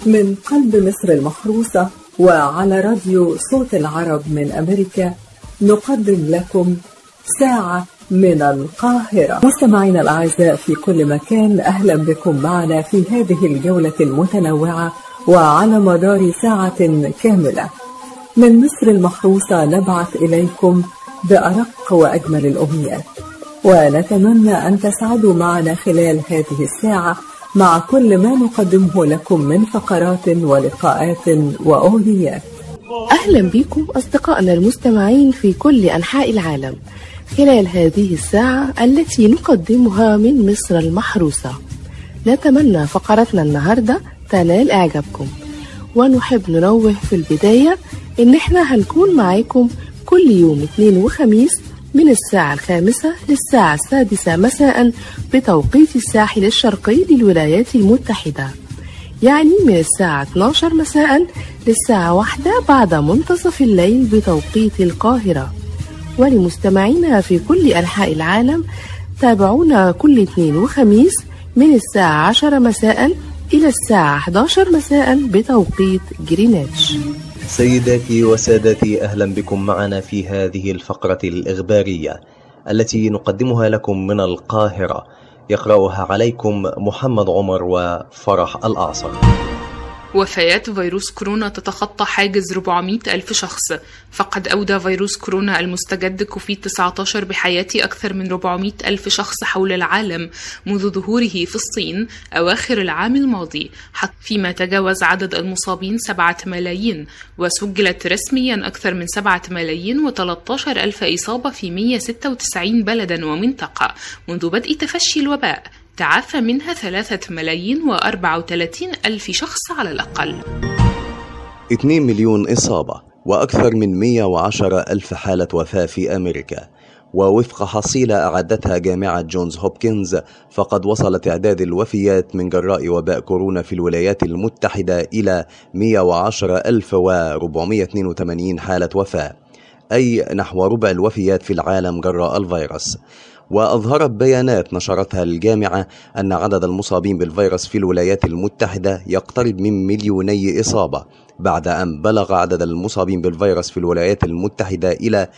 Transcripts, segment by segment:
من قلب مصر المحروسة وعلى راديو صوت العرب من أمريكا نقدم لكم ساعة من القاهرة. مستمعينا الأعزاء في كل مكان، أهلا بكم معنا في هذه الجولة المتنوعة وعلى مدار ساعة كاملة من مصر المحروسة نبعث إليكم بأرق وأجمل الأمنيات، ونتمنى أن تسعدوا معنا خلال هذه الساعة مع كل ما نقدمه لكم من فقرات ولقاءات وأغنيات. أهلا بكم أصدقائنا المستمعين في كل أنحاء العالم خلال هذه الساعة التي نقدمها من مصر المحروسة. نتمنى فقرتنا النهاردة تنال إعجابكم، ونحب ننوه في البداية إن إحنا هنكون معاكم كل يوم اثنين وخميس من الساعة 5 للساعة 6 مساء بتوقيت الساحل الشرقي للولايات المتحدة، يعني من الساعة 12 مساء للساعة 1 بعد منتصف الليل بتوقيت القاهرة. ولمستمعينا في كل أنحاء العالم تابعونا كل اثنين وخميس من الساعة 10 مساء إلى الساعة 11 مساء بتوقيت جرينتش. سيداتي وسادتي، أهلا بكم معنا في هذه الفقرة الإخبارية التي نقدمها لكم من القاهرة. يقرأها عليكم محمد عمر وفرح الأعصر. وفيات فيروس كورونا تتخطى حاجز 400 ألف شخص، فقد أودى فيروس كورونا المستجد كوفيد-19 بحياة أكثر من 400 ألف شخص حول العالم منذ ظهوره في الصين أواخر العام الماضي، فيما تجاوز عدد المصابين 7 ملايين، وسجلت رسميا أكثر من 7 ملايين و13 ألف إصابة في 196 بلدا ومنطقة منذ بدء تفشي الوباء، تعافى منها 3 ملايين و34 ألف شخص على الأقل. 2 مليون إصابة وأكثر من 110 ألف حالة وفاة في أمريكا. ووفق حصيلة أعدتها جامعة جونز هوبكنز، فقد وصل تعداد الوفيات من جراء وباء كورونا في الولايات المتحدة إلى 110,482 حالة وفاة، أي نحو ربع الوفيات في العالم جراء الفيروس. وأظهرت بيانات نشرتها الجامعة أن عدد المصابين بالفيروس في الولايات المتحدة يقترب من 2 مليوني إصابة، بعد أن بلغ عدد المصابين بالفيروس في الولايات المتحدة إلى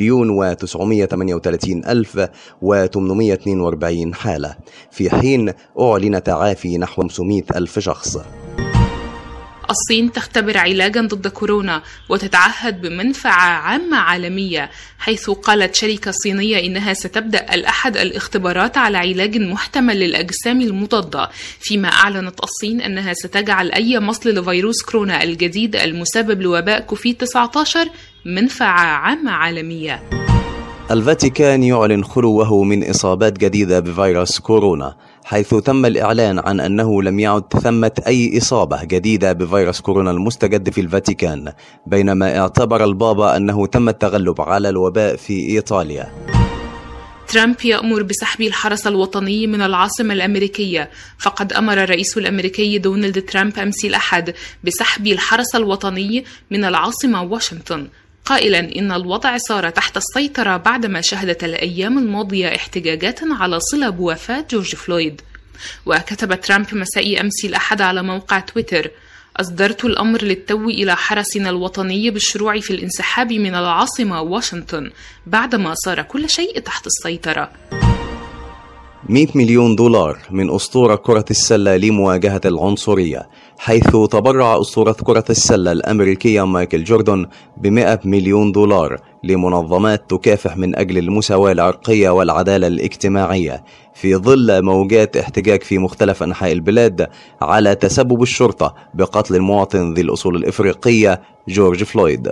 1,938,842 حالة، في حين أعلن تعافي نحو 500 ألف شخص. الصين تختبر علاجا ضد كورونا وتتعهد بمنفعة عامة عالمية، حيث قالت شركة صينية إنها ستبدأ الأحد الاختبارات على علاج محتمل للأجسام المضادة، فيما أعلنت الصين أنها ستجعل أي مصل لفيروس كورونا الجديد المسبب لوباء كوفيد-19 منفعة عامة عالمية. الفاتيكان يعلن خلوه من إصابات جديدة بفيروس كورونا، حيث تم الإعلان عن أنه لم يعد ثمة أي إصابة جديدة بفيروس كورونا المستجد في الفاتيكان، بينما اعتبر البابا أنه تم التغلب على الوباء في إيطاليا. ترامب يأمر بسحب الحرس الوطني من العاصمة الأمريكية، فقد أمر الرئيس الأمريكي دونالد ترامب أمس الأحد بسحب الحرس الوطني من العاصمة واشنطن، قائلا إن الوضع صار تحت السيطرة بعدما شهدت الأيام الماضية احتجاجات على صلة بوفاة جورج فلويد. وكتب ترامب مساء أمس الأحد على موقع تويتر: أصدرت الأمر للتو إلى حرسنا الوطني بالشروع في الانسحاب من العاصمة واشنطن بعدما صار كل شيء تحت السيطرة. 100 مليون دولار من أسطورة كرة السلة لمواجهة العنصرية، حيث تبرع أسطورة كرة السلة الأمريكية مايكل جوردن ب100 مليون دولار لمنظمات تكافح من أجل المساواة العرقية والعدالة الاجتماعية، في ظل موجات احتجاج في مختلف أنحاء البلاد على تسبب الشرطة بقتل المواطن ذي الأصول الإفريقية جورج فلويد.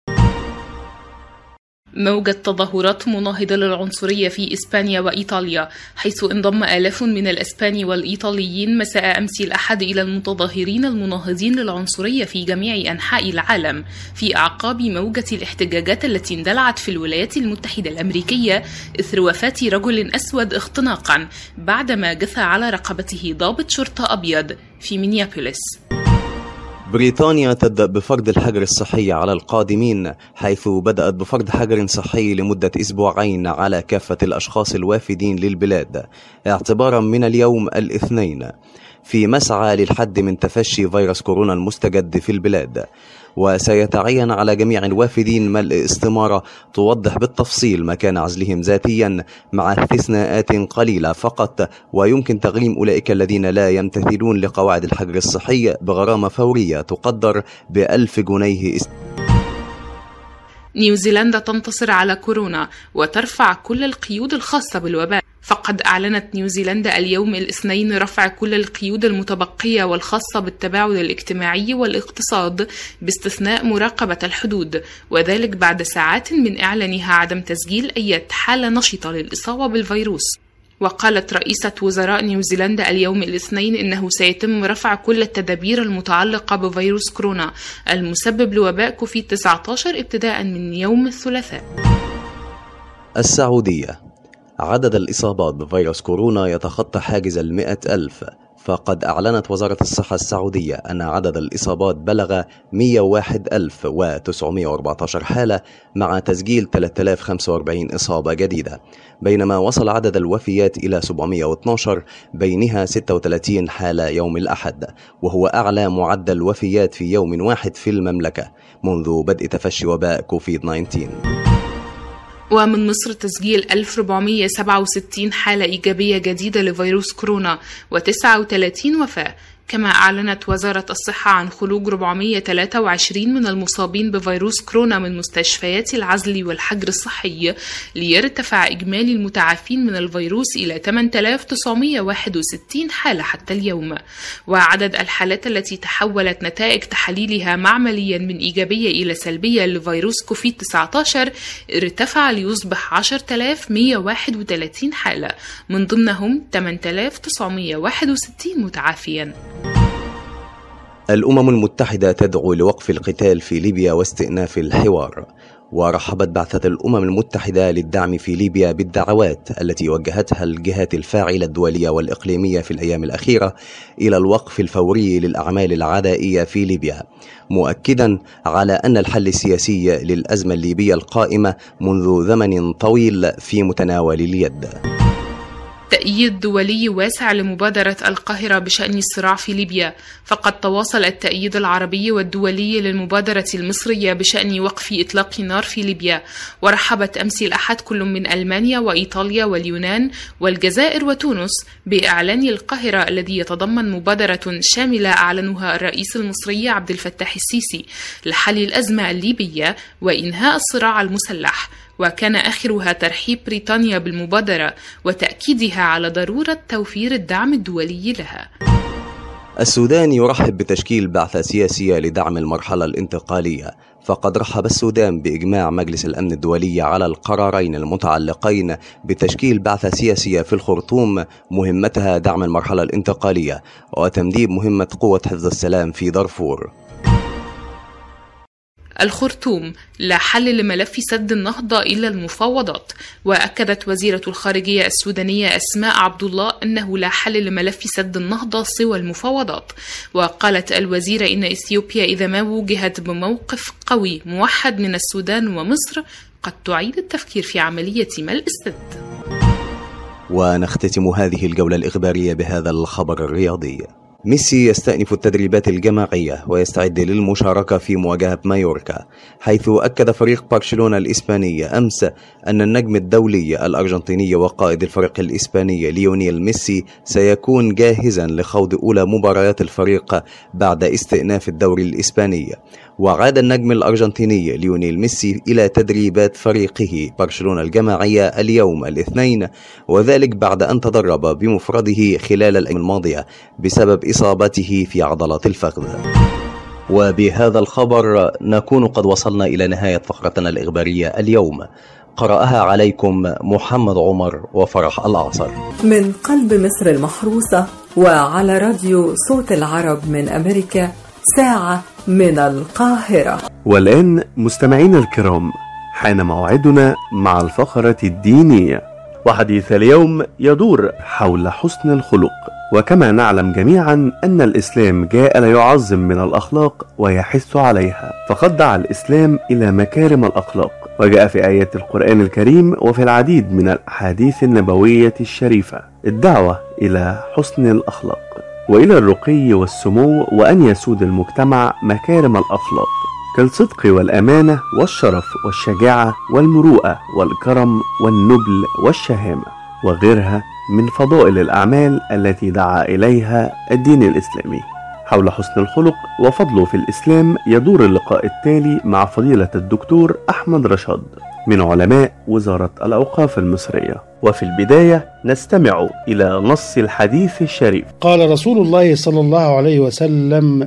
موجة تظاهرات مناهضة للعنصرية في إسبانيا وإيطاليا، حيث انضم آلاف من الإسبان والإيطاليين مساء أمس الأحد إلى المتظاهرين المناهضين للعنصرية في جميع أنحاء العالم، في أعقاب موجة الاحتجاجات التي اندلعت في الولايات المتحدة الأمريكية إثر وفاة رجل أسود اختناقا بعدما جثى على رقبته ضابط شرطة أبيض في مينيابوليس. بريطانيا تبدأ بفرض الحجر الصحي على القادمين، حيث بدأت بفرض حجر صحي لمدة 2 أسبوع على كافة الأشخاص الوافدين للبلاد اعتبارا من اليوم الاثنين. في مسعى للحد من تفشي فيروس كورونا المستجد في البلاد. وسيتعين على جميع الوافدين ملء استمارة توضح بالتفصيل مكان عزلهم ذاتيا مع استثناءات قليلة فقط، ويمكن تغريم أولئك الذين لا يمتثلون لقواعد الحجر الصحي بغرامة فورية تقدر ب1000 جنيه. نيوزيلندا تنتصر على كورونا وترفع كل القيود الخاصة بالوباء. فقد أعلنت نيوزيلندا اليوم الاثنين رفع كل القيود المتبقية والخاصة بالتباعد الاجتماعي والاقتصاد باستثناء مراقبة الحدود، وذلك بعد ساعات من إعلانها عدم تسجيل أي حالة نشطة للإصابة بالفيروس. وقالت رئيسة وزراء نيوزيلندا اليوم الاثنين إنه سيتم رفع كل التدابير المتعلقة بفيروس كورونا المسبب لوباء كوفيد-19 ابتداء من يوم الثلاثاء. السعودية، عدد الإصابات بفيروس كورونا يتخطى حاجز 100,000. فقد أعلنت وزارة الصحة السعودية أن عدد الإصابات بلغ 101,914 حالة مع تسجيل 3045 إصابة جديدة، بينما وصل عدد الوفيات إلى 712 بينها 36 حالة يوم الأحد، وهو أعلى معدل وفيات في يوم واحد في المملكة منذ بدء تفشي وباء كوفيد-19. ومن مصر تسجيل 1467 حالة إيجابية جديدة لفيروس كورونا و39 وفاة. كما أعلنت وزارة الصحة عن خروج 423 من المصابين بفيروس كورونا من مستشفيات العزل والحجر الصحي، ليرتفع إجمالي المتعافين من الفيروس إلى 8961 حالة حتى اليوم. وعدد الحالات التي تحولت نتائج تحاليلها معمليا من إيجابية إلى سلبية لفيروس كوفيد-19 ارتفع ليصبح 10,131 حالة، من ضمنهم 8961 متعافيا. الأمم المتحدة تدعو لوقف القتال في ليبيا واستئناف الحوار. ورحبت بعثة الأمم المتحدة للدعم في ليبيا بالدعوات التي وجهتها الجهات الفاعلة الدولية والإقليمية في الأيام الأخيرة إلى الوقف الفوري للأعمال العدائية في ليبيا، مؤكدا على أن الحل السياسي للأزمة الليبية القائمة منذ زمن طويل في متناول اليد. تأييد دولي واسع لمبادرة القاهرة بشأن الصراع في ليبيا. فقد تواصل التأييد العربي والدولي للمبادرة المصرية بشأن وقف إطلاق نار في ليبيا. ورحبت أمس الأحد كل من ألمانيا وإيطاليا واليونان والجزائر وتونس بإعلان القاهرة الذي يتضمن مبادرة شاملة أعلنها الرئيس المصري عبد الفتاح السيسي لحل الأزمة الليبية وإنهاء الصراع المسلح. وكان آخرها ترحيب بريطانيا بالمبادرة وتأكيدها على ضرورة توفير الدعم الدولي لها. السودان يرحب بتشكيل بعثة سياسية لدعم المرحلة الانتقالية. فقد رحب السودان بإجماع مجلس الأمن الدولي على القرارين المتعلقين بتشكيل بعثة سياسية في الخرطوم مهمتها دعم المرحلة الانتقالية وتمديد مهمة قوة حفظ السلام في دارفور. الخرطوم لا حل لملف سد النهضة إلا المفاوضات. وأكدت وزيرة الخارجية السودانية أسماء عبد الله أنه لا حل لملف سد النهضة سوى المفاوضات. وقالت الوزيرة إن إثيوبيا إذا ما وجهت بموقف قوي موحد من السودان ومصر قد تعيد التفكير في عملية ملء السد. ونختتم هذه الجولة الإخبارية بهذا الخبر الرياضي. ميسي يستأنف التدريبات الجماعية ويستعد للمشاركة في مواجهة مايوركا، حيث أكد فريق برشلونة الإسباني أمس أن النجم الدولي الأرجنتيني وقائد الفريق الإسباني ليونيل ميسي سيكون جاهزا لخوض أولى مباريات الفريق بعد استئناف الدوري الإسباني. وعاد النجم الأرجنتيني ليونيل ميسي إلى تدريبات فريقه برشلونة الجماعية اليوم الاثنين، وذلك بعد أن تدرب بمفرده خلال الأيام الماضية بسبب إصابته في عضلات الفخذ. وبهذا الخبر نكون قد وصلنا إلى نهاية فقرتنا الإخبارية اليوم. قرأها عليكم محمد عمر وفرح الأعصر من قلب مصر المحروسة، وعلى راديو صوت العرب من أمريكا، ساعة من القاهرة. والآن مستمعين الكرام، حان موعدنا مع الفقرة الدينية، وحديث اليوم يدور حول حسن الخلق. وكما نعلم جميعا أن الإسلام جاء ليعظم من الأخلاق ويحث عليها، فقد دعا الإسلام إلى مكارم الأخلاق، وجاء في آيات القرآن الكريم وفي العديد من الأحاديث النبوية الشريفة الدعوة إلى حسن الأخلاق. وإلى الرقي والسمو، وأن يسود المجتمع مكارم الأخلاق كالصدق والأمانة والشرف والشجاعة والمروءة والكرم والنبل والشهامة وغيرها من فضائل الأعمال التي دعا إليها الدين الإسلامي. حول حسن الخلق وفضله في الإسلام يدور اللقاء التالي مع فضيلة الدكتور أحمد رشاد من علماء وزارة الأوقاف المصرية. وفي البداية نستمع إلى نص الحديث الشريف. قال رسول الله صلى الله عليه وسلم: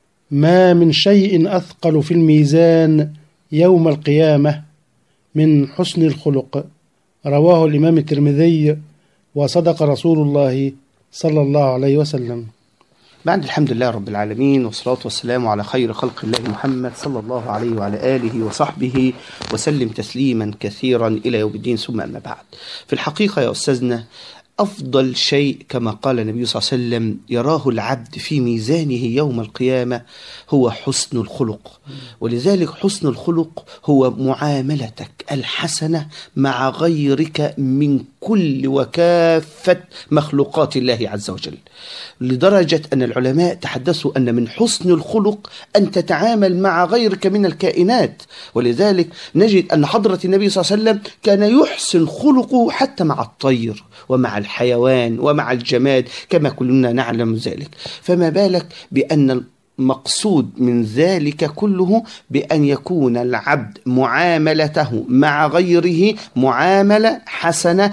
ما من شيء أثقل في الميزان يوم القيامة من حسن الخلق. رواه الإمام الترمذي، وصدق رسول الله صلى الله عليه وسلم. بعد الحمد لله رب العالمين، والصلاة والسلام على خير خلق الله محمد صلى الله عليه وعلى آله وصحبه وسلم تسليما كثيرا إلى يوم الدين، ثم أما بعد. في الحقيقة يا أستاذنا، أفضل شيء كما قال النبي صلى الله عليه وسلم يراه العبد في ميزانه يوم القيامة هو حسن الخلق. ولذلك حسن الخلق هو معاملتك الحسنة مع غيرك من كل وكافة مخلوقات الله عز وجل، لدرجة أن العلماء تحدثوا أن من حسن الخلق أن تتعامل مع غيرك من الكائنات. ولذلك نجد أن حضرة النبي صلى الله عليه وسلم كان يحسن خلقه حتى مع الطير ومع الحيوان ومع الجماد كما كلنا نعلم ذلك، فما بالك بأن مقصود من ذلك كله بأن يكون العبد معاملته مع غيره معاملة حسنة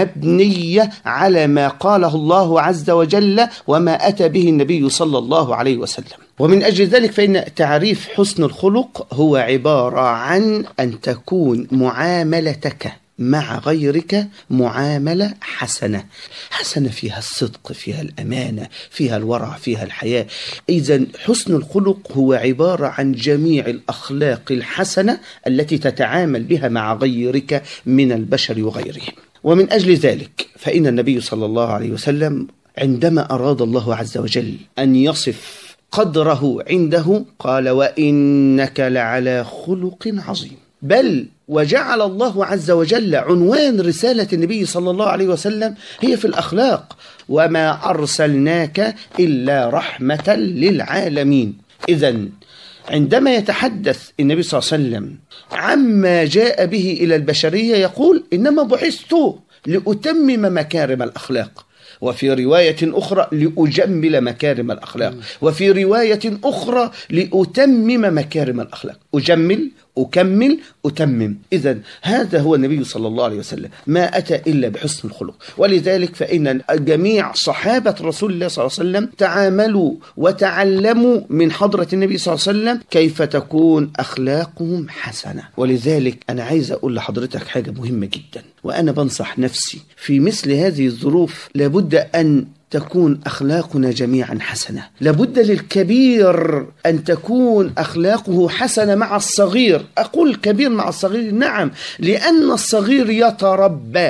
مبنية على ما قاله الله عز وجل وما أتى به النبي صلى الله عليه وسلم. ومن أجل ذلك فإن تعريف حسن الخلق هو عبارة عن أن تكون معاملتك مع غيرك معاملة حسنة، حسنة فيها الصدق، فيها الأمانة، فيها الورع، فيها الحياة. إذن حسن الخلق هو عبارة عن جميع الأخلاق الحسنة التي تتعامل بها مع غيرك من البشر وغيرهم. ومن أجل ذلك فإن النبي صلى الله عليه وسلم عندما أراد الله عز وجل أن يصف قدره عنده قال: وإنك لعلى خلق عظيم. بل وجعل الله عز وجل عنوان رسالة النبي صلى الله عليه وسلم هي في الأخلاق: وما أرسلناك إلا رحمة للعالمين. إذن عندما يتحدث النبي صلى الله عليه وسلم عما جاء به إلى البشرية يقول: إنما بعثت لأتمم مكارم الأخلاق، وفي رواية أخرى لأجمل مكارم الأخلاق، وفي رواية أخرى لأتمم مكارم الأخلاق. أجمل، أكمل، أتمم. إذن هذا هو النبي صلى الله عليه وسلم، ما أتى إلا بحسن الخلق. ولذلك فإن جميع صحابة رسول الله صلى الله عليه وسلم تعاملوا وتعلموا من حضرة النبي صلى الله عليه وسلم كيف تكون أخلاقهم حسنة. ولذلك أنا عايز أقول لحضرتك حاجة مهمة جدا، وأنا بنصح نفسي في مثل هذه الظروف لابد أن تكون أخلاقنا جميعا حسنة. لابد للكبير أن تكون أخلاقه حسنة مع الصغير. أقول كبير مع الصغير، نعم، لأن الصغير يتربى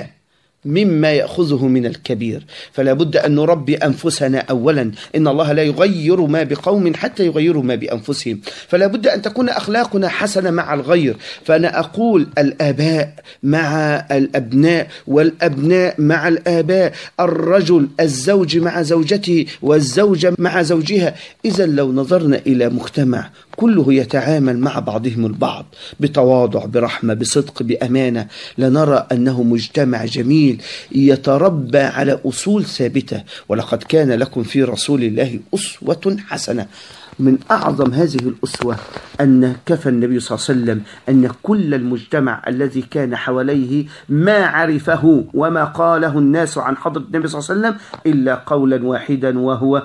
مما يأخذه من الكبير. فلا بد أن نربي أنفسنا أولا. إن الله لا يغير ما بقوم حتى يغيروا ما بأنفسهم. فلا بد أن تكون أخلاقنا حسنة مع الغير. فأنا أقول الآباء مع الأبناء، والأبناء مع الآباء، الرجل الزوج مع زوجته، والزوجة مع زوجها. إذا لو نظرنا إلى مجتمع كله يتعامل مع بعضهم البعض بتواضع، برحمة، بصدق، بأمانة، لنرى أنه مجتمع جميل يتربى على أصول ثابتة. ولقد كان لكم في رسول الله أسوة حسنة. من أعظم هذه الأسوة أن كفى النبي صلى الله عليه وسلم أن كل المجتمع الذي كان حواليه ما عرفه وما قاله الناس عن حضرة النبي صلى الله عليه وسلم إلا قولا واحدا، وهو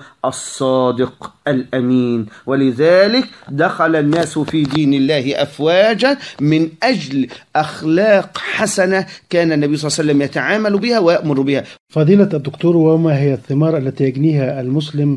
الصادق الأمين. ولذلك دخل الناس في دين الله أفواجا من أجل أخلاق حسنة كان النبي صلى الله عليه وسلم يتعامل بها ويأمر بها. فضيلة الدكتور، وما هي الثمار التي يجنيها المسلم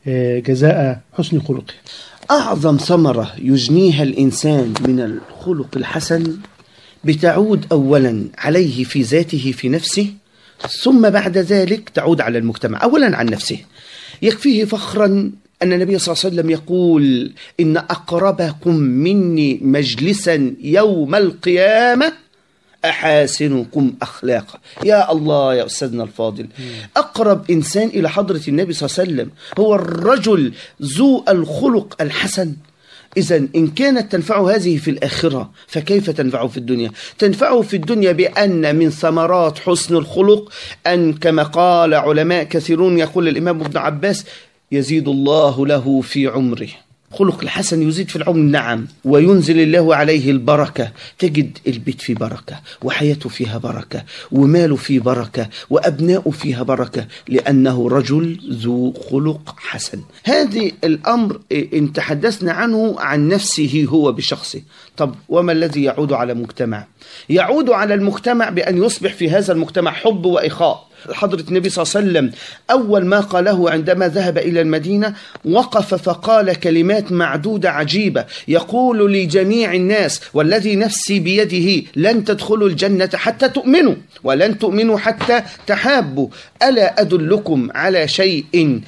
جزاء حسن خلقه؟ أعظم ثمرة يجنيها الإنسان من الخلق الحسن بتعود أولا عليه في ذاته في نفسه، ثم بعد ذلك تعود على المجتمع. أولا عن نفسه، يكفيه فخرا أن النبي صلى الله عليه وسلم يقول: إن أقربكم مني مجلسا يوم القيامة أحاسنكم أخلاقا. يا الله يا أستاذنا الفاضل، أقرب إنسان إلى حضرة النبي صلى الله عليه وسلم هو الرجل ذو الخلق الحسن. إذن إن كانت تنفعه هذه في الآخرة فكيف تنفعه في الدنيا؟ تنفعه في الدنيا بأن من ثمرات حسن الخلق أن كما قال علماء كثيرون، يقول الإمام ابن عباس: يزيد الله له في عمره. خلق الحسن يزيد في العمر، نعم، وينزل الله عليه البركة. تجد البيت فيه بركة، وحياته فيها بركة، وماله فيه بركة، وأبناؤه فيها بركة، لأنه رجل ذو خلق حسن. هذه الأمر إن تحدثنا عنه عن نفسه هو بشخصه. طب وما الذي يعود على المجتمع؟ يعود على المجتمع بأن يصبح في هذا المجتمع حب وإخاء. حضرة النبي صلى الله عليه وسلم أول ما قاله عندما ذهب إلى المدينة وقف فقال كلمات معدودة عجيبة، يقول لجميع الناس: والذي نفسي بيده لن تدخلوا الجنة حتى تؤمنوا، ولن تؤمنوا حتى تحابوا، ألا أدلكم على شيء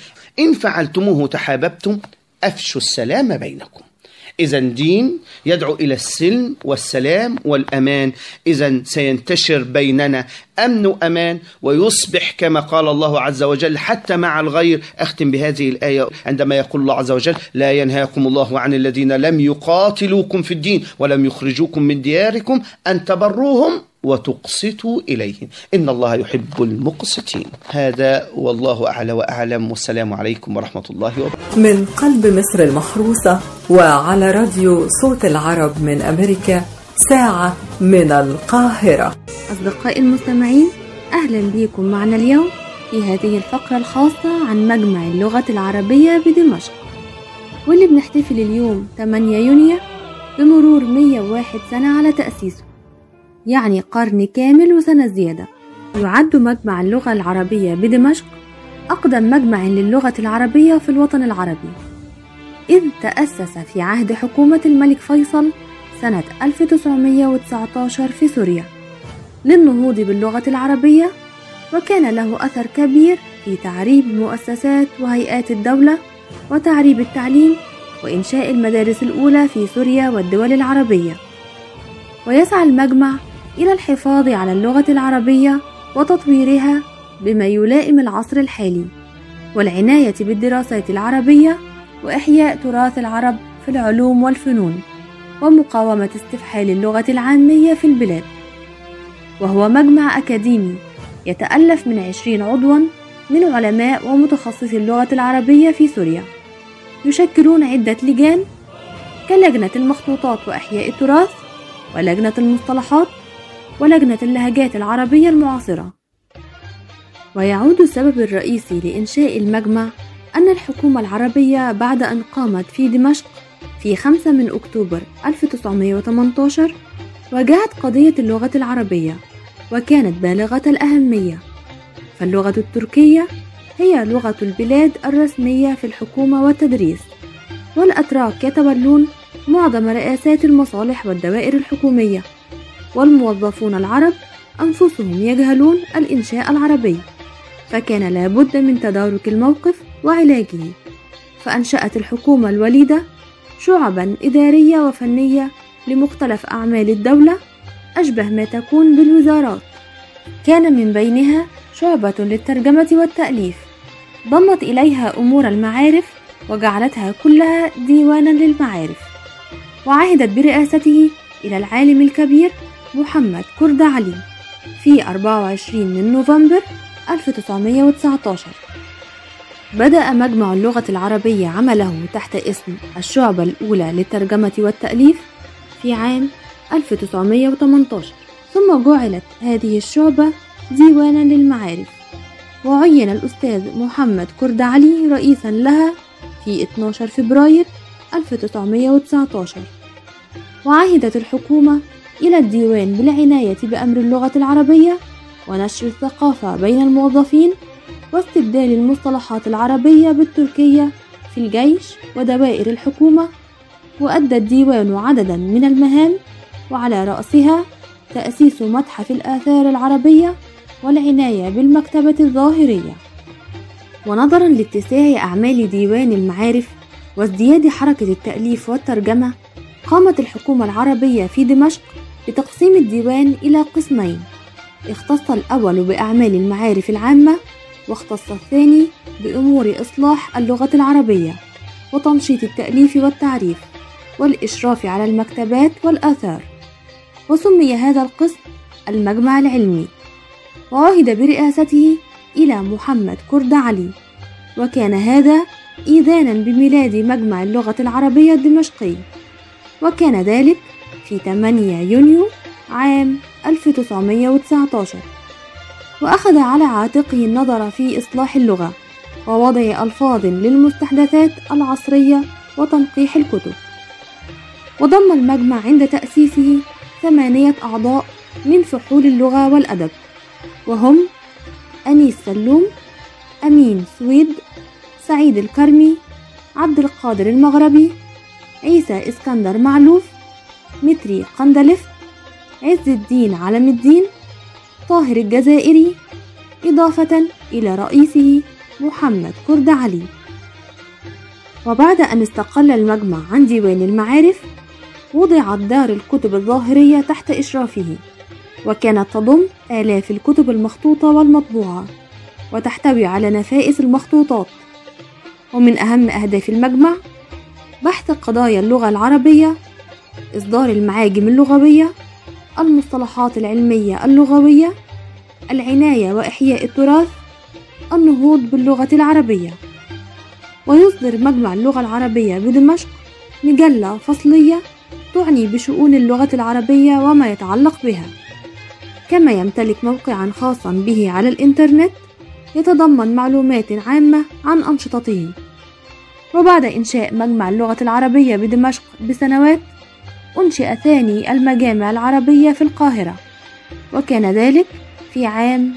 إن فعلتموه تحاببتم؟ أفشوا السلام بينكم. إذن دين يدعو إلى السلم والسلام والأمان. إذن سينتشر بيننا أمن وأمان، ويصبح كما قال الله عز وجل حتى مع الغير. أختم بهذه الآية عندما يقول الله عز وجل: لا ينهاكم الله عن الذين لم يقاتلوكم في الدين ولم يخرجوكم من دياركم أن تبروهم وتقسطوا إليهم إن الله يحب المقسطين. هذا والله أعلى وأعلم، والسلام عليكم ورحمة الله وبركاته. من قلب مصر المحروسة وعلى راديو صوت العرب من أمريكا، ساعة من القاهرة. أصدقائي المستمعين، أهلا بكم معنا اليوم في هذه الفقرة الخاصة عن مجمع اللغة العربية بدمشق، واللي بنحتفل اليوم 8 يونيو بمرور 101 سنة على تأسيسه، يعني قرن كامل وسنة زيادة. يعد مجمع اللغة العربية بدمشق أقدم مجمع للغة العربية في الوطن العربي، إذ تأسس في عهد حكومة الملك فيصل سنة 1919 في سوريا للنهوض باللغة العربية، وكان له أثر كبير في تعريب مؤسسات وهيئات الدولة وتعريب التعليم وإنشاء المدارس الأولى في سوريا والدول العربية. ويسعى المجمع إلى الحفاظ على اللغة العربية وتطويرها بما يلائم العصر الحالي، والعناية بالدراسات العربية وإحياء تراث العرب في العلوم والفنون، ومقاومة استفحال اللغة العامية في البلاد. وهو مجمع أكاديمي يتألف من 20 عضوا من علماء ومتخصصي اللغة العربية في سوريا، يشكلون عدة لجان كلجنة المخطوطات وإحياء التراث، ولجنة المصطلحات، ولجنة اللهجات العربية المعاصرة. ويعود السبب الرئيسي لإنشاء المجمع أن الحكومة العربية بعد أن قامت في دمشق في 5 من أكتوبر 1918 واجهت قضية اللغة العربية، وكانت بالغة الأهمية، فاللغة التركية هي لغة البلاد الرسمية في الحكومة والتدريس، والأتراك يتولون معظم رئاسات المصالح والدوائر الحكومية، والموظفون العرب أنفسهم يجهلون الإنشاء العربي، فكان لابد من تدارك الموقف وعلاجه. فأنشأت الحكومة الوليدة شعبا إدارية وفنية لمختلف أعمال الدولة أشبه ما تكون بالوزارات، كان من بينها شعبة للترجمة والتأليف ضمت إليها أمور المعارف وجعلتها كلها ديوانا للمعارف، وعهدت برئاسته إلى العالم الكبير محمد كرد علي في 24 من نوفمبر 1919. بدأ مجمع اللغة العربية عمله تحت اسم الشعبة الأولى للترجمة والتأليف في عام 1918، ثم جعلت هذه الشعبة ديوانا للمعارف، وعين الأستاذ محمد كرد علي رئيسا لها في 12 فبراير 1919. وعهدت الحكومة إلى الديوان بالعناية بأمر اللغة العربية ونشر الثقافة بين الموظفين، واستبدال المصطلحات العربية بالتركية في الجيش ودوائر الحكومة. وأدى الديوان عددا من المهام، وعلى رأسها تأسيس متحف الآثار العربية والعناية بالمكتبة الظاهرية. ونظرا لاتساع أعمال ديوان المعارف وازدياد حركة التأليف والترجمة، قامت الحكومة العربية في دمشق بتقسيم الديوان إلى قسمين، اختص الأول بأعمال المعارف العامة، واختص الثاني بأمور إصلاح اللغة العربية وتنشيط التأليف والتعريف والإشراف على المكتبات والآثار. وسمي هذا القسم المجمع العلمي، وعهد برئاسته إلى محمد كرد علي، وكان هذا إذانا بميلاد مجمع اللغة العربية الدمشقي، وكان ذلك في 8 يونيو عام 1919. وأخذ على عاتقه النظر في إصلاح اللغة ووضع ألفاظ للمستحدثات العصرية وتنقيح الكتب. وضم المجمع عند تأسيسه 8 أعضاء من فحول اللغة والأدب، وهم أنيس سلوم، أمين سويد، سعيد الكرمي، عبد القادر المغربي، عيسى اسكندر معلوف، متري قندلف، عز الدين علم الدين، طاهر الجزائري، إضافة إلى رئيسه محمد كرد علي. وبعد أن استقل المجمع عن ديوان المعارف، وضعت دار الكتب الظاهرية تحت إشرافه، وكانت تضم آلاف الكتب المخطوطة والمطبوعة، وتحتوي على نفائس المخطوطات. ومن أهم أهداف المجمع بحث قضايا اللغة العربية، إصدار المعاجم اللغوية، المصطلحات العلمية اللغوية، العناية وإحياء التراث، النهوض باللغة العربية. ويصدر مجمع اللغة العربية بدمشق مجلة فصلية تعني بشؤون اللغة العربية وما يتعلق بها، كما يمتلك موقعا خاصا به على الإنترنت يتضمن معلومات عامة عن أنشطته. وبعد إنشاء مجمع اللغة العربية بدمشق بسنوات، أنشئ ثاني المجامع العربية في القاهرة، وكان ذلك في عام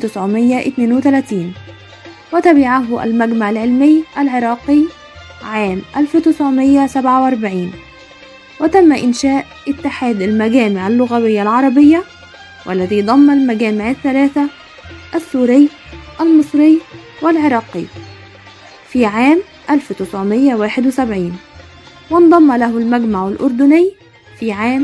1932. وتبعه المجمع العلمي العراقي عام 1947. وتم إنشاء اتحاد المجامع اللغوية العربية، والذي ضم المجامع الثلاثة السوري، المصري، والعراقي في عام 1971. وانضم له المجمع الأردني في عام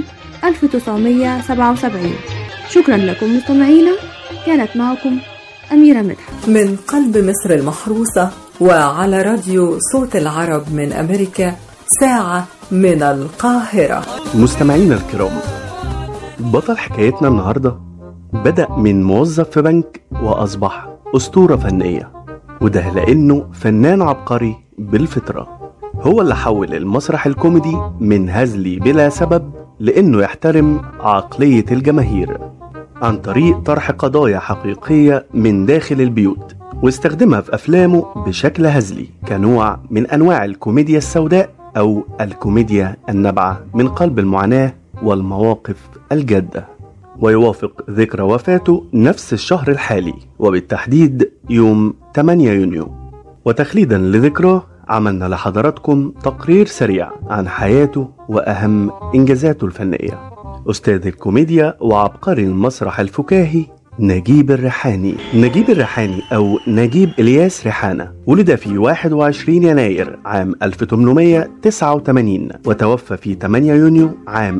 1977. شكرا لكم مستمعينا، كانت معكم أميرة مدحت من قلب مصر المحروسة، وعلى راديو صوت العرب من أمريكا، ساعة من القاهرة. مستمعينا الكرام، بطل حكايتنا النهاردة بدأ من موظف في بنك وأصبح أسطورة فنية، وده لأنه فنان عبقري بالفطرة. هو اللي حول المسرح الكوميدي من هزلي بلا سبب لأنه يحترم عقلية الجماهير عن طريق طرح قضايا حقيقية من داخل البيوت، واستخدمها في أفلامه بشكل هزلي كنوع من أنواع الكوميديا السوداء أو الكوميديا النابعة من قلب المعاناة والمواقف الجادة. ويوافق ذكرى وفاته نفس الشهر الحالي، وبالتحديد يوم 8 يونيو. وتخليدا لذكراه عملنا لحضراتكم تقرير سريع عن حياته وأهم إنجازاته الفنية. أستاذ الكوميديا وعبقري المسرح الفكاهي نجيب الريحاني. نجيب الريحاني أو نجيب إلياس ريحانة ولد في 21 يناير عام 1889 وتوفى في 8 يونيو عام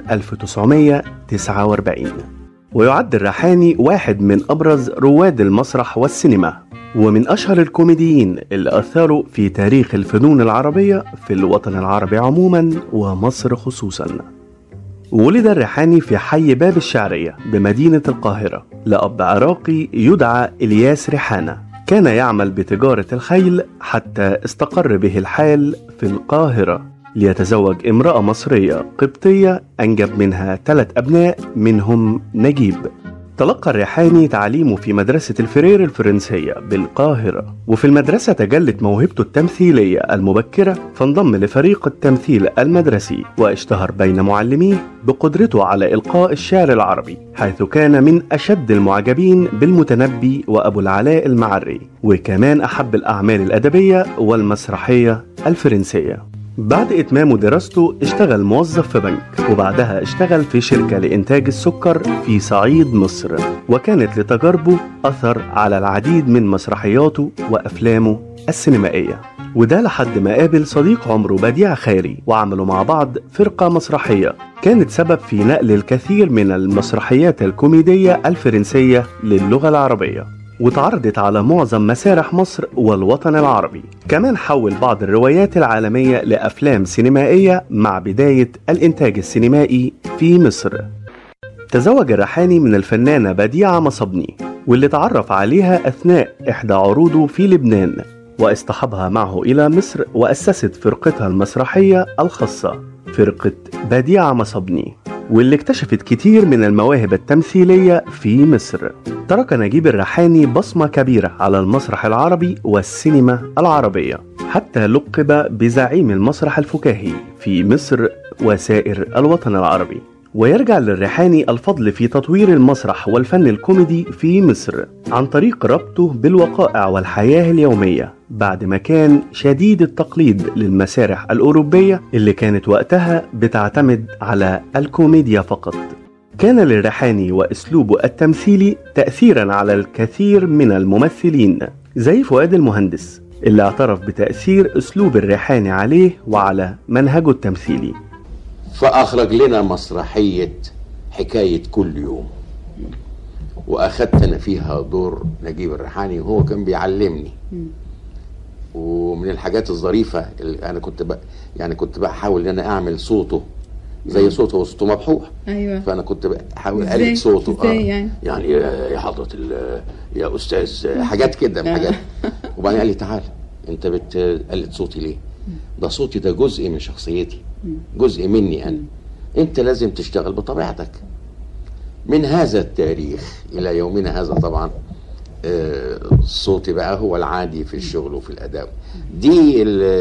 1949. ويعد الريحاني واحد من أبرز رواد المسرح والسينما، ومن أشهر الكوميديين اللي أثروا في تاريخ الفنون العربية في الوطن العربي عموما ومصر خصوصا. ولد الريحاني في حي باب الشعرية بمدينة القاهرة لأب عراقي يدعى إلياس ريحانة. كان يعمل بتجارة الخيل حتى استقر به الحال في القاهرة ليتزوج امرأة مصرية قبطية أنجب منها 3 أبناء منهم نجيب. تلقى الريحاني تعليمه في مدرسة الفرير الفرنسية بالقاهرة، وفي المدرسة تجلت موهبته التمثيلية المبكرة، فانضم لفريق التمثيل المدرسي واشتهر بين معلميه بقدرته على إلقاء الشعر العربي، حيث كان من أشد المعجبين بالمتنبي وأبو العلاء المعري، وكمان أحب الأعمال الأدبية والمسرحية الفرنسية. بعد إتمام دراسته اشتغل موظف في بنك، وبعدها اشتغل في شركة لإنتاج السكر في صعيد مصر، وكانت لتجاربه أثر على العديد من مسرحياته وأفلامه السينمائية. وده لحد ما قابل صديق عمره بديع خيري، وعملوا مع بعض فرقة مسرحية كانت سبب في نقل الكثير من المسرحيات الكوميدية الفرنسية للغة العربية، وتعرضت على معظم مسارح مصر والوطن العربي. كمان حول بعض الروايات العالمية لأفلام سينمائية مع بداية الإنتاج السينمائي في مصر. تزوج الريحاني من الفنانة بديعة مصبني، واللي تعرف عليها أثناء إحدى عروضه في لبنان، واصطحبها معه إلى مصر وأسست فرقتها المسرحية الخاصة فرقة بديعة مصبني، واللي اكتشفت كتير من المواهب التمثيلية في مصر. ترك نجيب الريحاني بصمة كبيرة على المسرح العربي والسينما العربية، حتى لقب بزعيم المسرح الفكاهي في مصر وسائر الوطن العربي. ويرجع للريحاني الفضل في تطوير المسرح والفن الكوميدي في مصر عن طريق ربطه بالوقائع والحياة اليومية، بعد ما كان شديد التقليد للمسارح الأوروبية اللي كانت وقتها بتعتمد على الكوميديا فقط. كان للريحاني وأسلوبه التمثيلي تأثيرا على الكثير من الممثلين زي فؤاد المهندس، اللي اعترف بتأثير أسلوب الريحاني عليه وعلى منهجه التمثيلي. فأخرج لنا مسرحية حكاية كل يوم، وأخدت أنا فيها دور نجيب الريحاني، وهو كان بيعلمني. ومن الحاجات الظريفة اللي أنا كنت بحاول إن أنا أعمل صوته زي صوته، وصوته مبحوح. أيوة. فأنا كنت بحاول أقلد صوته. يعني يا حضرة يا أستاذ، حاجات كده حاجات. وبعدين قال لي تعال أنت بتقلد صوتي ليه؟ ده صوتي ده جزء من شخصيتي، جزء مني أنا، أنت لازم تشتغل بطبيعتك. من هذا التاريخ إلى يومنا هذا طبعا صوتي بقى هو العادي في الشغل وفي الأداء. دي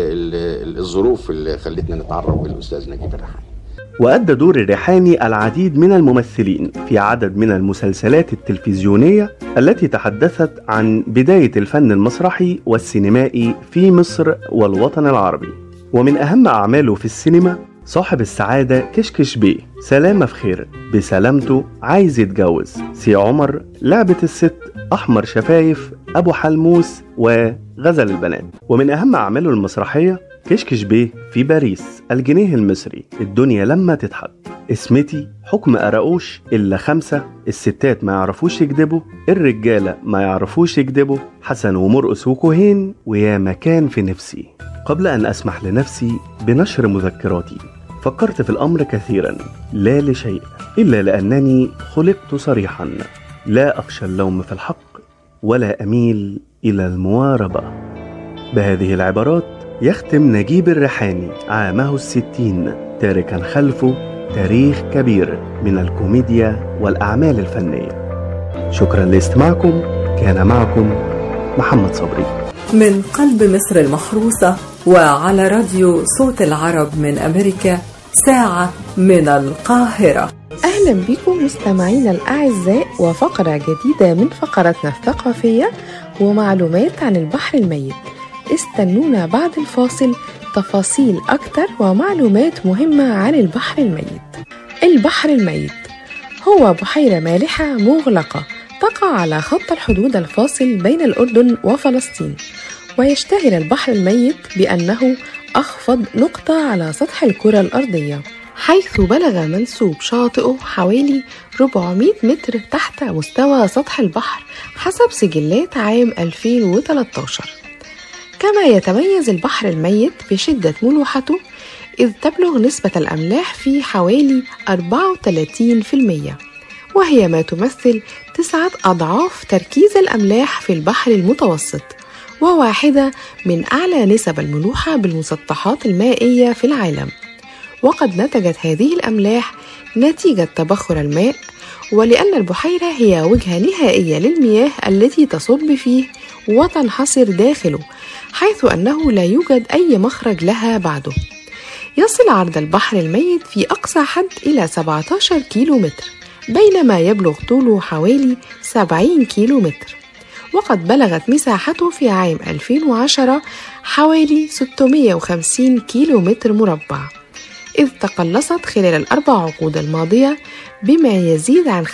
الظروف اللي خلتنا نتعرف بالأستاذ نجيب الريحاني. وأدى دور الريحاني العديد من الممثلين في عدد من المسلسلات التلفزيونية التي تحدثت عن بداية الفن المسرحي والسينمائي في مصر والوطن العربي. ومن أهم أعماله في السينما صاحب السعادة، كشكش بيه، سلامة في خير، بسلامته، عايز يتجوز، سي عمر، لعبة الست، أحمر شفايف، أبو حلموس، وغزل البنات. ومن أهم أعماله المسرحية كشكش بيه، في باريس، الجنيه المصري، الدنيا لما تضحك، اسمتي، حكم قراقوش، إلا 5، الستات ما يعرفوش يكذبوا، الرجالة ما يعرفوش يكذبوا، حسن ومرقس وكوهين، ويا مكان في نفسي. قبل أن أسمح لنفسي بنشر مذكراتي فكرت في الأمر كثيرا، لا لشيء إلا لأنني خلقت صريحا، لا أخشى اللوم في الحق ولا أميل إلى المواربة. بهذه العبارات يختم نجيب الريحاني عامه 60 تاركا خلفه تاريخ كبير من الكوميديا والأعمال الفنية. شكرا لاستماعكم، كان معكم محمد صبري من قلب مصر المحروسة، وعلى راديو صوت العرب من أمريكا، ساعة من القاهرة. أهلا بكم مستمعينا الأعزاء، وفقرة جديدة من فقراتنا الثقافية ومعلومات عن البحر الميت. استنونا بعد الفاصل تفاصيل أكتر ومعلومات مهمة عن البحر الميت. البحر الميت هو بحيرة مالحة مغلقة تقع على خط الحدود الفاصل بين الأردن وفلسطين، ويشتهر البحر الميت بأنه أخفض نقطة على سطح الكرة الأرضية، حيث بلغ منسوب شاطئه حوالي 400 متر تحت مستوى سطح البحر حسب سجلات عام 2013. كما يتميز البحر الميت بشدة ملوحته، إذ تبلغ نسبة الأملاح فيه حوالي 34%، وهي ما تمثل 9 أضعاف تركيز الأملاح في البحر المتوسط، وواحدة من أعلى نسب الملوحة بالمسطحات المائية في العالم. وقد نتجت هذه الأملاح نتيجة تبخر الماء، ولأن البحيرة هي وجهة نهائية للمياه التي تصب فيه وتنحصر داخله، حيث أنه لا يوجد أي مخرج لها بعده. يصل عرض البحر الميت في أقصى حد إلى 17 كيلومتر، بينما يبلغ طوله حوالي 70 كيلومتر، وقد بلغت مساحته في عام 2010 حوالي 650 كيلومتر مربع. إذ تقلصت خلال ال4 عقود الماضية بما يزيد عن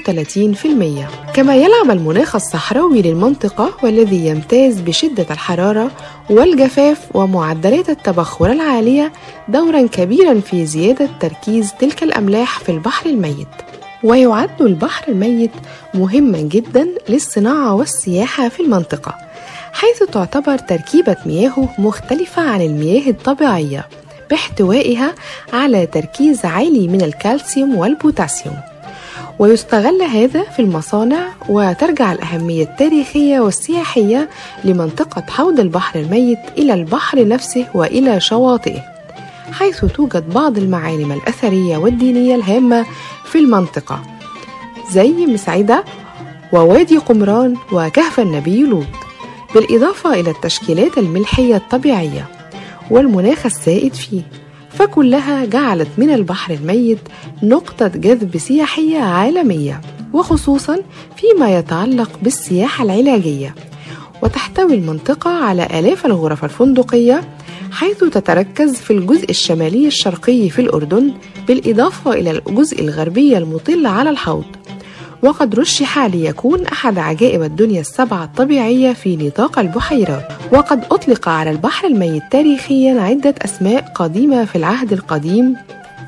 35%. كما يلعب المناخ الصحراوي للمنطقة والذي يمتاز بشدة الحرارة والجفاف ومعدلات التبخر العالية دورا كبيرا في زيادة تركيز تلك الأملاح في البحر الميت. ويعد البحر الميت مهما جدا للصناعة والسياحة في المنطقة، حيث تعتبر تركيبة مياهه مختلفة عن المياه الطبيعية باحتوائها على تركيز عالي من الكالسيوم والبوتاسيوم. ويستغل هذا في المصانع، وترجع الأهمية التاريخية والسياحية لمنطقة حوض البحر الميت إلى البحر نفسه وإلى شواطئه، حيث توجد بعض المعالم الأثرية والدينية الهامة في المنطقة زي مسعدة ووادي قمران وكهف النبي لوط، بالإضافة إلى التشكيلات الملحية الطبيعية والمناخ السائد فيه، فكلها جعلت من البحر الميت نقطة جذب سياحية عالمية، وخصوصا فيما يتعلق بالسياحة العلاجية. وتحتوي المنطقة على آلاف الغرف الفندقية، حيث تتركز في الجزء الشمالي الشرقي في الأردن، بالإضافة إلى الجزء الغربي المطل على الحوض. وقد رشح ليكون أحد عجائب الدنيا السبعة الطبيعية في نطاق البحيرات. وقد أطلق على البحر الميت تاريخيا عدة أسماء قديمة في العهد القديم،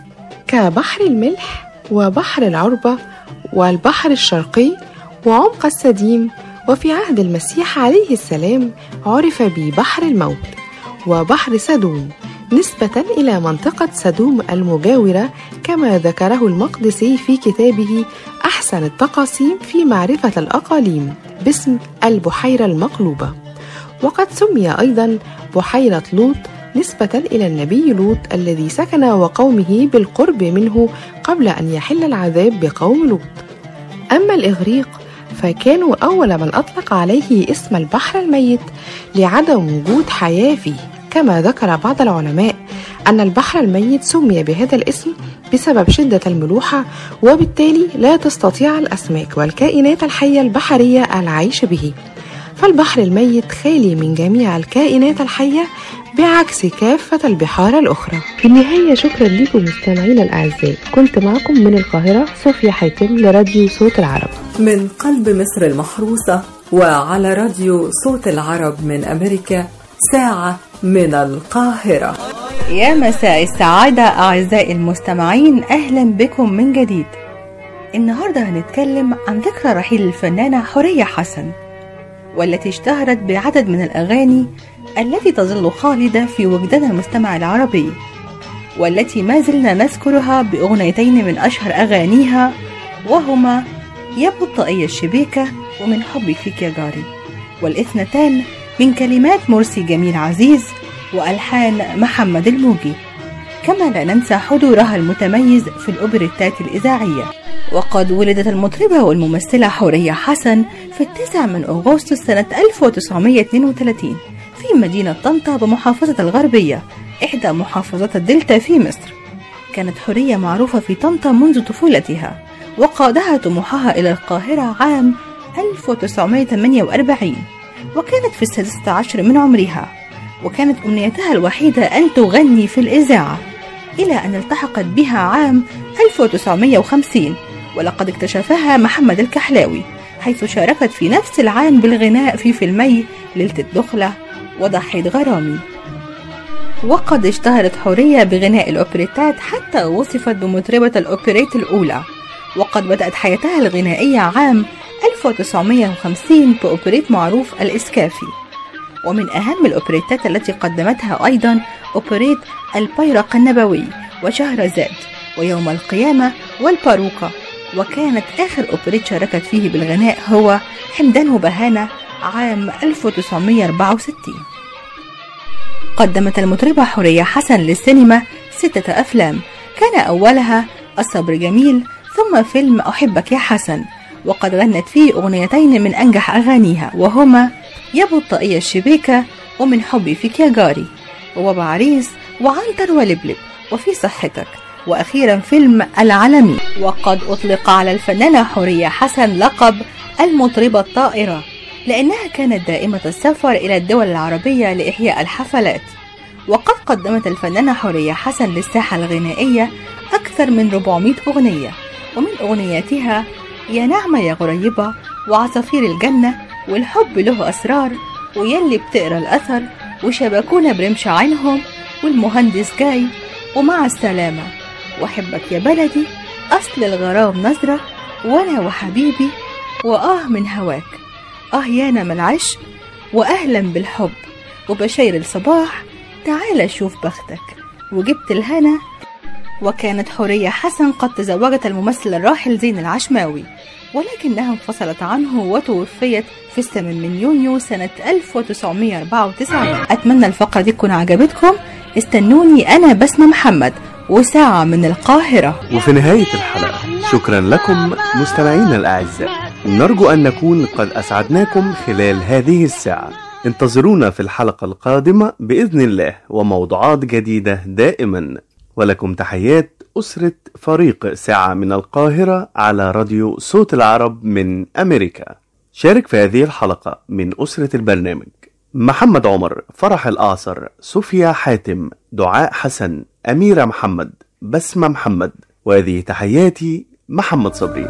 كبحر الملح وبحر العربة والبحر الشرقي وعمق السديم. وفي عهد المسيح عليه السلام عرف ببحر الموت وبحر سدوم، نسبة إلى منطقة سدوم المجاورة، كما ذكره المقدسي في كتابه أحسن التقاسيم في معرفة الأقاليم باسم البحيرة المقلوبة. وقد سمي أيضا بحيرة لوط نسبة إلى النبي لوط الذي سكن وقومه بالقرب منه قبل أن يحل العذاب بقوم لوط. أما الإغريق فكانوا أول من أطلق عليه اسم البحر الميت لعدم وجود حياة فيه، كما ذكر بعض العلماء أن البحر الميت سمي بهذا الاسم بسبب شدة الملوحة، وبالتالي لا تستطيع الأسماك والكائنات الحية البحرية العيش به. فالبحر الميت خالي من جميع الكائنات الحية بعكس كافة البحار الأخرى. في النهاية شكرا لكم مستمعينا الأعزاء، كنت معكم من القاهرة صوفيا حاتم لراديو صوت العرب من قلب مصر المحروسة، وعلى راديو صوت العرب من أمريكا، ساعة من القاهرة. يا مساء السعادة أعزائي المستمعين، أهلا بكم من جديد. النهاردة هنتكلم عن ذكرى رحيل الفنانة حورية حسن، والتي اشتهرت بعدد من الأغاني التي تظل خالدة في وجدان المستمع العربي، والتي ما زلنا نذكرها بأغنيتين من أشهر أغانيها، وهما يا بطاقية الشبيكة ومن حبي فيك يا جاري، والاثنتان من كلمات مرسي جميل عزيز وألحان محمد الموجي. كما لا ننسى حضورها المتميز في الأوبريتات الإذاعية. وقد ولدت المطربة والممثلة حورية حسن في 9 أغسطس سنة 1932 في مدينة طنطا بمحافظة الغربية، إحدى محافظات الدلتا في مصر. كانت حورية معروفة في طنطا منذ طفولتها، وقادها طموحها إلى القاهرة عام 1948، وكانت في 16 من عمرها، وكانت أمنيتها الوحيدة أن تغني في الإذاعة، إلى أن التحقت بها عام 1950، ولقد اكتشفها محمد الكحلاوي، حيث شاركت في نفس العام بالغناء في فيلمي ليلة الدخلة وضحية غرامي. وقد اشتهرت حورية بغناء الأوبريتات حتى وصفت بمطربة الأوبريت الأولى. وقد بدأت حياتها الغنائية عام 1950 بأوبريت معروف الإسكافي. ومن أهم الأوبريتات التي قدمتها أيضا أوبريت البيرق النبوي وشهرزاد ويوم القيامة والباروكة. وكانت آخر أوبريت شاركت فيه بالغناء هو حمدان وبهانة عام 1964. قدمت المطربة حورية حسن للسينما 6 أفلام، كان أولها الصبر جميل، ثم فيلم أحبك يا حسن، وقد غنت فيه أغنيتين من أنجح أغانيها، وهما يا بطاقية الشبيكة ومن حبي فيك يا جاري، وبابا عريس وعنتر ولبلب وفي صحتك، وأخيرا فيلم العالمي. وقد أطلق على الفنانة حورية حسن لقب المطربة الطائرة، لأنها كانت دائمة السفر إلى الدول العربية لإحياء الحفلات. وقد قدمت الفنانة حورية حسن للساحة الغنائية أكثر من 400 أغنية، ومن أغنياتها يا نعمة يا غريبة، وعصافير الجنة، والحب له أسرار، ويلي بتقرا الأثر، وشبكونا برمش عينهم، والمهندس جاي، ومع السلامة، وأحبك يا بلدي، أصل الغرام نظرة، وأنا وحبيبي، من هواك، يانا من العشق، وأهلا بالحب، وبشير الصباح، تعال شوف بختك، وجبت الهنا. وكانت حورية حسن قد تزوجت الممثل الراحل زين العشماوي، ولكنها انفصلت عنه وتوفيت في 8 يونيو سنة 1994. أتمنى الفقرة دي تكون عجبتكم. استنوني أنا بسمة محمد وساعة من القاهرة. وفي نهاية الحلقة شكرا لكم مستمعينا الأعزاء، نرجو أن نكون قد أسعدناكم خلال هذه الساعة. انتظرونا في الحلقة القادمة بإذن الله وموضوعات جديدة دائما. ولكم تحيات أسرة فريق ساعة من القاهرة على راديو صوت العرب من أمريكا. شارك في هذه الحلقة من أسرة البرنامج محمد عمر، فرح الأعصر، صوفيا حاتم، دعاء حسن، أميرة محمد، بسمة محمد. وهذه تحياتي محمد صبري.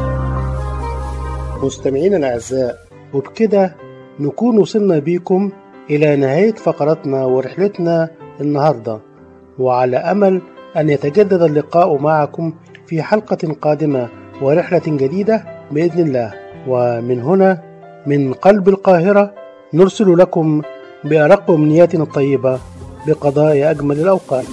مستمعينا الأعزاء، وبكده نكون وصلنا بيكم إلى نهاية فقرتنا ورحلتنا النهاردة، وعلى أمل أن يتجدد اللقاء معكم في حلقة قادمة ورحلة جديدة بإذن الله. ومن هنا من قلب القاهرة نرسل لكم بأرق أمنياتنا الطيبة بقضاء أجمل الأوقات.